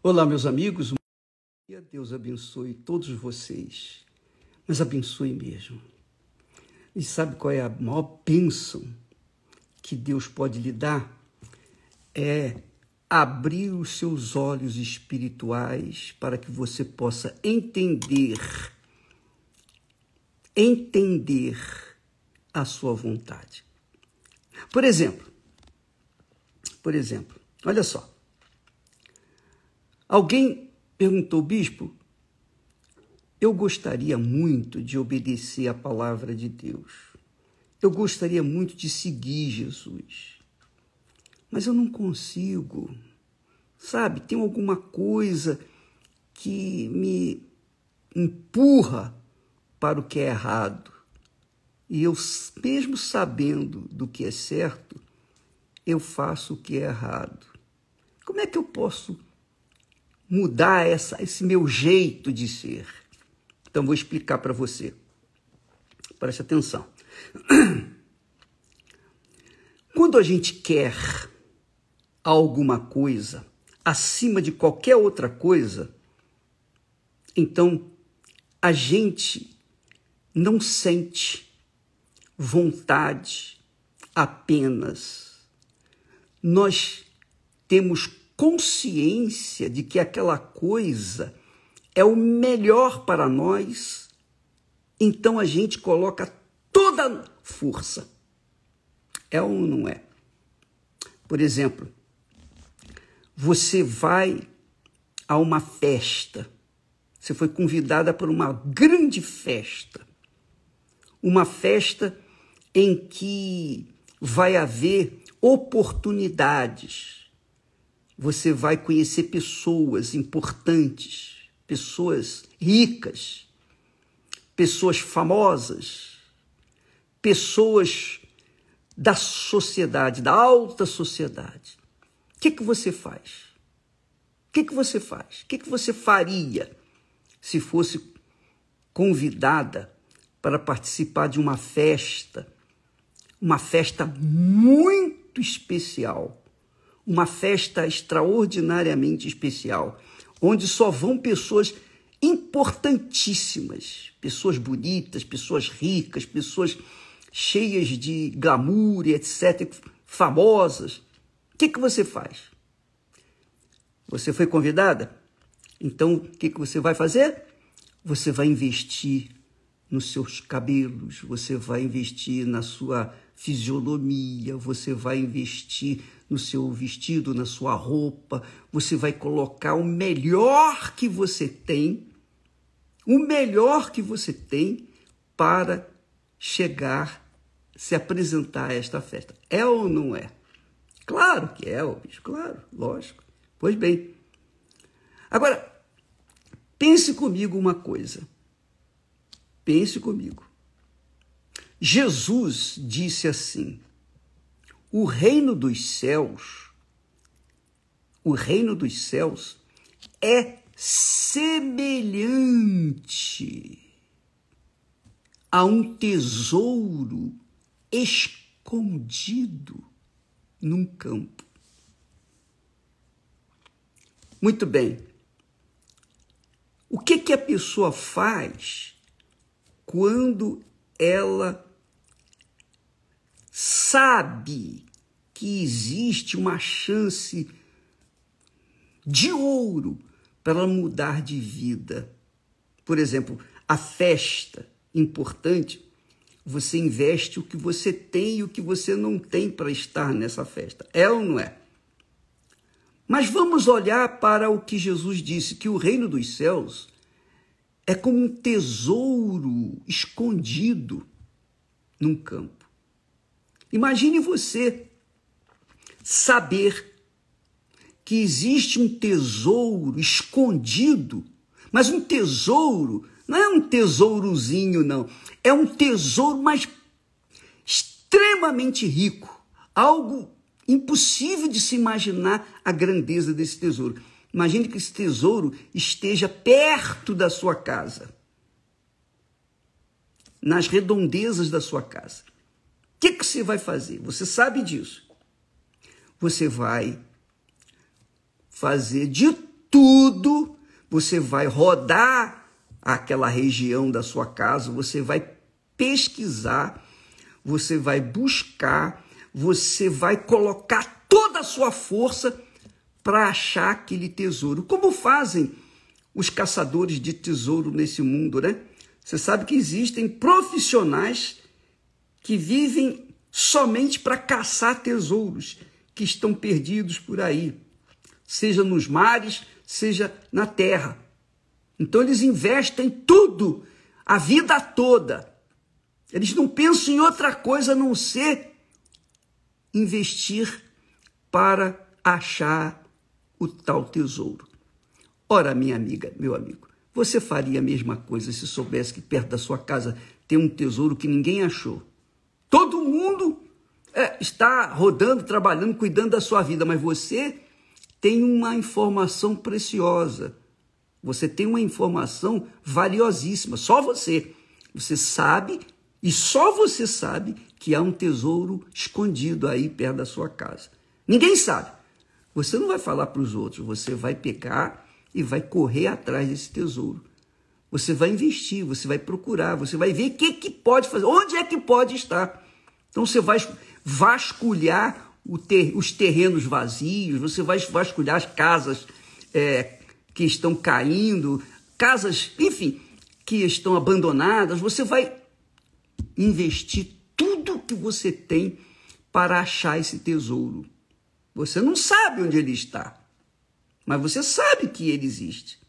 Olá, meus amigos. Deus abençoe todos vocês, mas abençoe mesmo. E sabe qual é a maior bênção que Deus pode lhe dar? É abrir os seus olhos espirituais para que você possa entender a sua vontade. Por exemplo, olha só. Alguém perguntou, bispo, eu gostaria muito de obedecer a palavra de Deus. Eu gostaria muito de seguir Jesus. Mas eu não consigo. Sabe, tem alguma coisa que me empurra para o que é errado. E eu, mesmo sabendo do que é certo, eu faço o que é errado. Como é que eu posso mudar esse meu jeito de ser? Então, vou explicar para você. Preste atenção. Quando a gente quer alguma coisa acima de qualquer outra coisa, então a gente não sente vontade apenas. Nós temos consciência de que aquela coisa é o melhor para nós, então a gente coloca toda a força. É ou não é? Por exemplo, você vai a uma festa, você foi convidada para uma grande festa, uma festa em que vai haver oportunidades. Você vai conhecer pessoas importantes, pessoas ricas, pessoas famosas, pessoas da sociedade, da alta sociedade. O que você faz? O que você faz? O que você faria se fosse convidada para participar de uma festa muito especial, uma festa extraordinariamente especial, onde só vão pessoas importantíssimas, pessoas bonitas, pessoas ricas, pessoas cheias de glamour, etc., famosas. O que você faz? Você foi convidada? Então, o que você vai fazer? Você vai investir nos seus cabelos, você vai investir na sua fisionomia, você vai investir no seu vestido, na sua roupa, você vai colocar o melhor que você tem, para chegar, se apresentar a esta festa. É ou não é? Claro que é, bicho, claro, lógico. Pois bem. Agora, pense comigo uma coisa. Pense comigo. Jesus disse assim: o reino dos céus é semelhante a um tesouro escondido num campo. Muito bem. O que a pessoa faz quando ela sabe que existe uma chance de ouro para ela mudar de vida? Por exemplo, a festa importante, você investe o que você tem e o que você não tem para estar nessa festa. É ou não é? Mas vamos olhar para o que Jesus disse, que o reino dos céus é como um tesouro escondido num campo. Imagine você saber que existe um tesouro escondido, mas um tesouro não é um tesourozinho, não. É um tesouro, mas extremamente rico. Algo impossível de se imaginar a grandeza desse tesouro. Imagine que esse tesouro esteja perto da sua casa, nas redondezas da sua casa. O que você vai fazer? Você sabe disso. Você vai fazer de tudo, você vai rodar aquela região da sua casa, você vai pesquisar, você vai buscar, você vai colocar toda a sua força para achar aquele tesouro. Como fazem os caçadores de tesouro nesse mundo, né? Você sabe que existem profissionais que vivem somente para caçar tesouros que estão perdidos por aí, seja nos mares, seja na terra. Então eles investem tudo, a vida toda. Eles não pensam em outra coisa a não ser investir para achar o tal tesouro. Ora, minha amiga, meu amigo, você faria a mesma coisa se soubesse que perto da sua casa tem um tesouro que ninguém achou? Todo mundo está rodando, trabalhando, cuidando da sua vida, mas você tem uma informação preciosa. Você tem uma informação valiosíssima. Só você. Você sabe, e só você sabe, que há um tesouro escondido aí perto da sua casa. Ninguém sabe. Você não vai falar para os outros. Você vai pegar e vai correr atrás desse tesouro. Você vai investir, você vai procurar, você vai ver o que pode fazer, onde é que pode estar. Então você vai vasculhar os terrenos vazios, você vai vasculhar as casas que estão caindo, casas, enfim, que estão abandonadas. Você vai investir tudo que você tem para achar esse tesouro. Você não sabe onde ele está, mas você sabe que ele existe.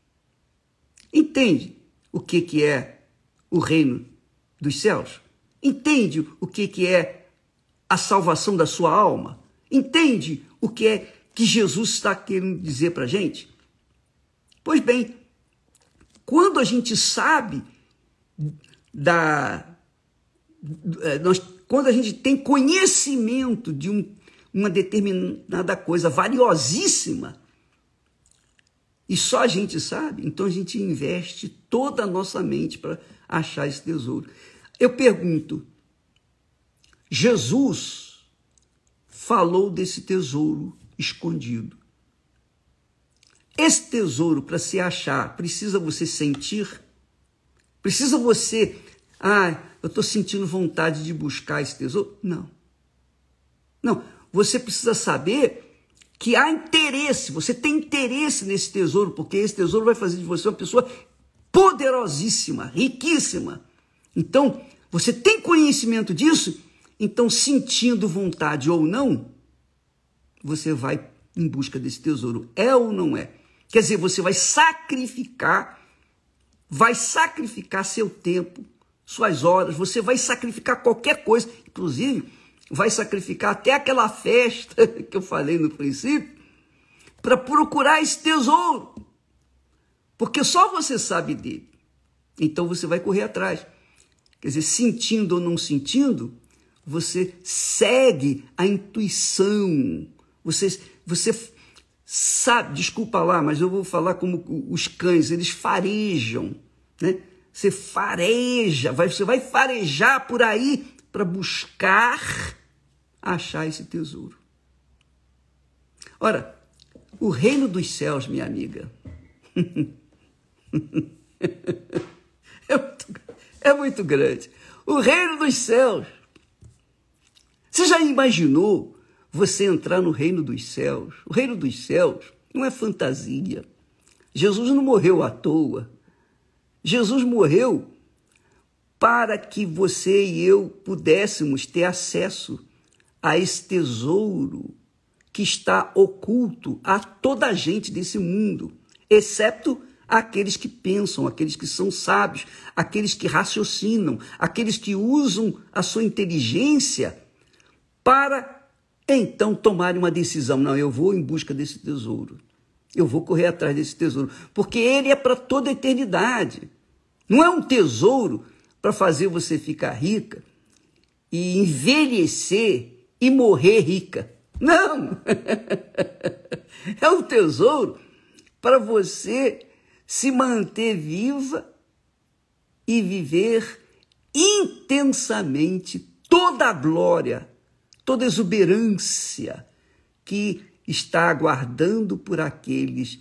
Entende o que é o reino dos céus? Entende o que é a salvação da sua alma? Entende o que é que Jesus está querendo dizer para a gente? Pois bem, quando a gente sabe quando a gente tem conhecimento de uma determinada coisa valiosíssima, e só a gente sabe, então a gente investe toda a nossa mente para achar esse tesouro. Eu pergunto, Jesus falou desse tesouro escondido. Esse tesouro, para se achar, precisa você sentir? Precisa você, eu estou sentindo vontade de buscar esse tesouro? Não. Não, você precisa saber que há interesse, você tem interesse nesse tesouro, porque esse tesouro vai fazer de você uma pessoa poderosíssima, riquíssima. Então, você tem conhecimento disso? Então, sentindo vontade ou não, você vai em busca desse tesouro. É ou não é? Quer dizer, você vai sacrificar seu tempo, suas horas, você vai sacrificar qualquer coisa, inclusive vai sacrificar até aquela festa que eu falei no princípio, para procurar esse tesouro, porque só você sabe dele. Então você vai correr atrás. Quer dizer, sentindo ou não sentindo, você segue a intuição. Você sabe, desculpa lá, mas eu vou falar como os cães, eles farejam, né? Você fareja, você vai farejar por aí para buscar achar esse tesouro. Ora, o reino dos céus, minha amiga, é muito grande. O reino dos céus. Você já imaginou você entrar no reino dos céus? O reino dos céus não é fantasia. Jesus não morreu à toa. Jesus morreu para que você e eu pudéssemos ter acesso a esse tesouro que está oculto a toda a gente desse mundo, exceto aqueles que pensam, aqueles que são sábios, aqueles que raciocinam, aqueles que usam a sua inteligência para então tomarem uma decisão. Não, eu vou em busca desse tesouro. Eu vou correr atrás desse tesouro, porque ele é para toda a eternidade. Não é um tesouro para fazer você ficar rica e envelhecer e morrer rica. Não! É um tesouro para você se manter viva e viver intensamente toda a glória, toda a exuberância que está aguardando por aqueles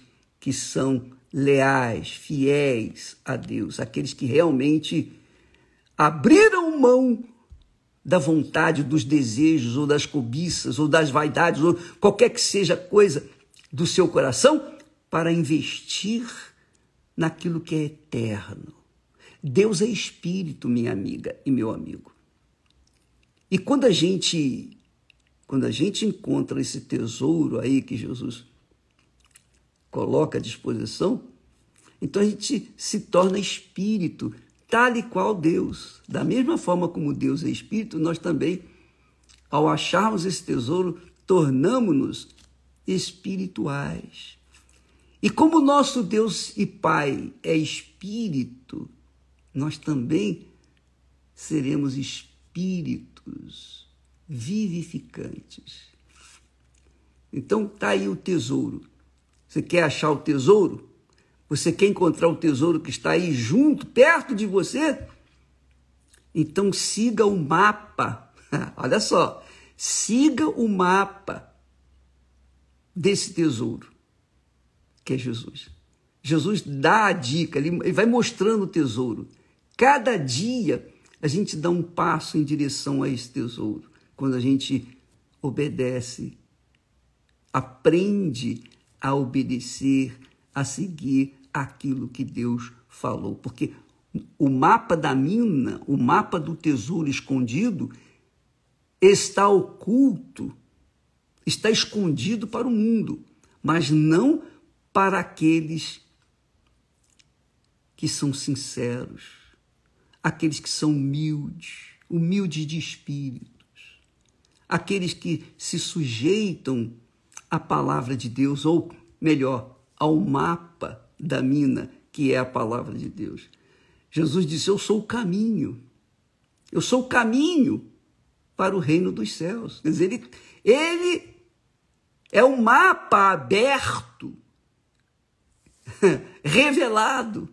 que são leais, fiéis a Deus, aqueles que realmente abriram mão da vontade, dos desejos, ou das cobiças, ou das vaidades, ou qualquer que seja a coisa do seu coração, para investir naquilo que é eterno. Deus é espírito, minha amiga e meu amigo. E quando a gente encontra esse tesouro aí que Jesus coloca à disposição, então a gente se torna espírito, tal e qual Deus. Da mesma forma como Deus é espírito, nós também, ao acharmos esse tesouro, tornamos-nos espirituais. E como nosso Deus e Pai é espírito, nós também seremos espíritos vivificantes. Então está aí o tesouro. Você quer achar o tesouro? Você quer encontrar o tesouro que está aí junto, perto de você? Então siga o mapa. Olha só, siga o mapa desse tesouro, que é Jesus. Jesus dá a dica, ele vai mostrando o tesouro. Cada dia a gente dá um passo em direção a esse tesouro, quando a gente obedece, aprende a obedecer, a seguir aquilo que Deus falou. Porque o mapa da mina, o mapa do tesouro escondido, está oculto, está escondido para o mundo, mas não para aqueles que são sinceros, aqueles que são humildes de espíritos, aqueles que se sujeitam à palavra de Deus, ou melhor, ao mapa da mina, que é a palavra de Deus. Jesus disse: eu sou o caminho para o reino dos céus. Quer dizer, ele é um mapa aberto, revelado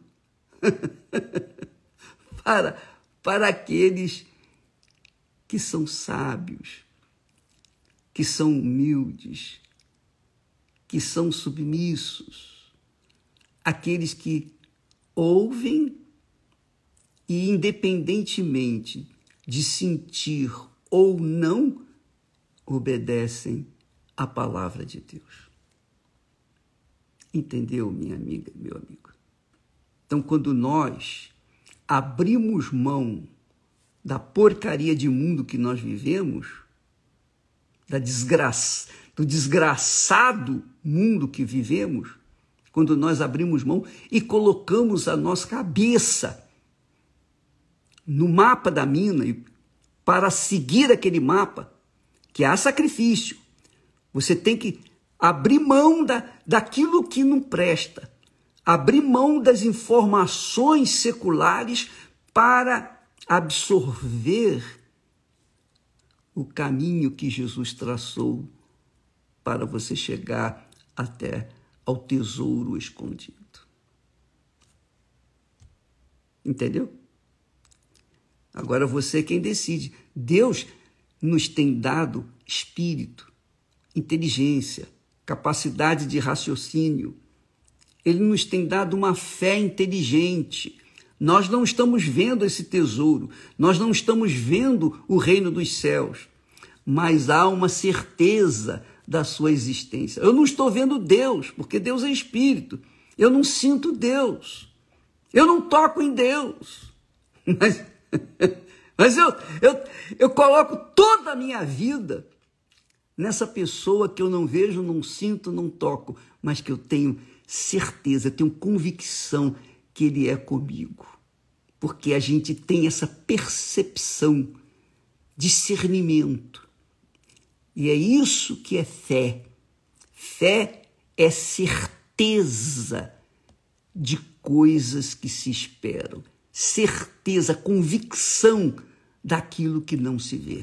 para aqueles que são sábios, que são humildes, que são submissos, aqueles que ouvem e, independentemente de sentir ou não, obedecem à palavra de Deus. Entendeu, minha amiga, meu amigo? Então, quando nós abrimos mão da porcaria de mundo que nós vivemos, do desgraçado mundo que vivemos, quando nós abrimos mão e colocamos a nossa cabeça no mapa da mina, para seguir aquele mapa, que há sacrifício, você tem que abrir mão daquilo que não presta, abrir mão das informações seculares para absorver o caminho que Jesus traçou para você chegar até ao tesouro escondido. Entendeu? Agora você é quem decide. Deus nos tem dado espírito, inteligência, capacidade de raciocínio. Ele nos tem dado uma fé inteligente. Nós não estamos vendo esse tesouro, nós não estamos vendo o reino dos céus, mas há uma certeza da sua existência. Eu não estou vendo Deus, porque Deus é espírito. Eu não sinto Deus. Eu não toco em Deus. Mas eu coloco toda a minha vida nessa pessoa que eu não vejo, não sinto, não toco, mas que eu tenho certeza, tenho convicção que Ele é comigo. Porque a gente tem essa percepção, discernimento. E é isso que é fé. Fé é certeza de coisas que se esperam. Certeza, convicção daquilo que não se vê.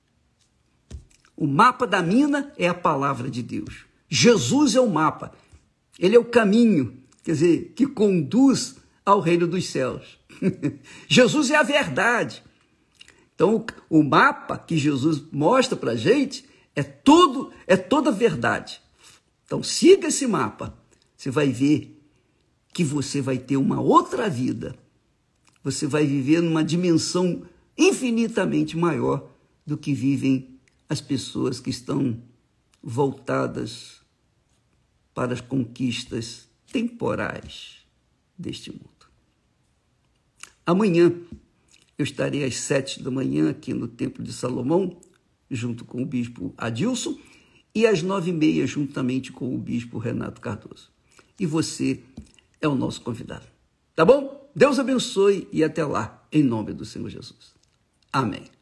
O mapa da mina é a palavra de Deus. Jesus é o mapa. Ele é o caminho, quer dizer, que conduz ao reino dos céus. Jesus é a verdade. Então, o mapa que Jesus mostra para a gente é toda a verdade. Então, siga esse mapa. você vai ver que você vai ter uma outra vida. Você vai viver numa dimensão infinitamente maior do que vivem as pessoas que estão voltadas para as conquistas temporais deste mundo. Amanhã eu estarei às 7 da manhã aqui no Templo de Salomão, junto com o bispo Adilson, e às 9h30, juntamente com o bispo Renato Cardoso. E você é o nosso convidado. Tá bom? Deus abençoe e até lá, em nome do Senhor Jesus. Amém.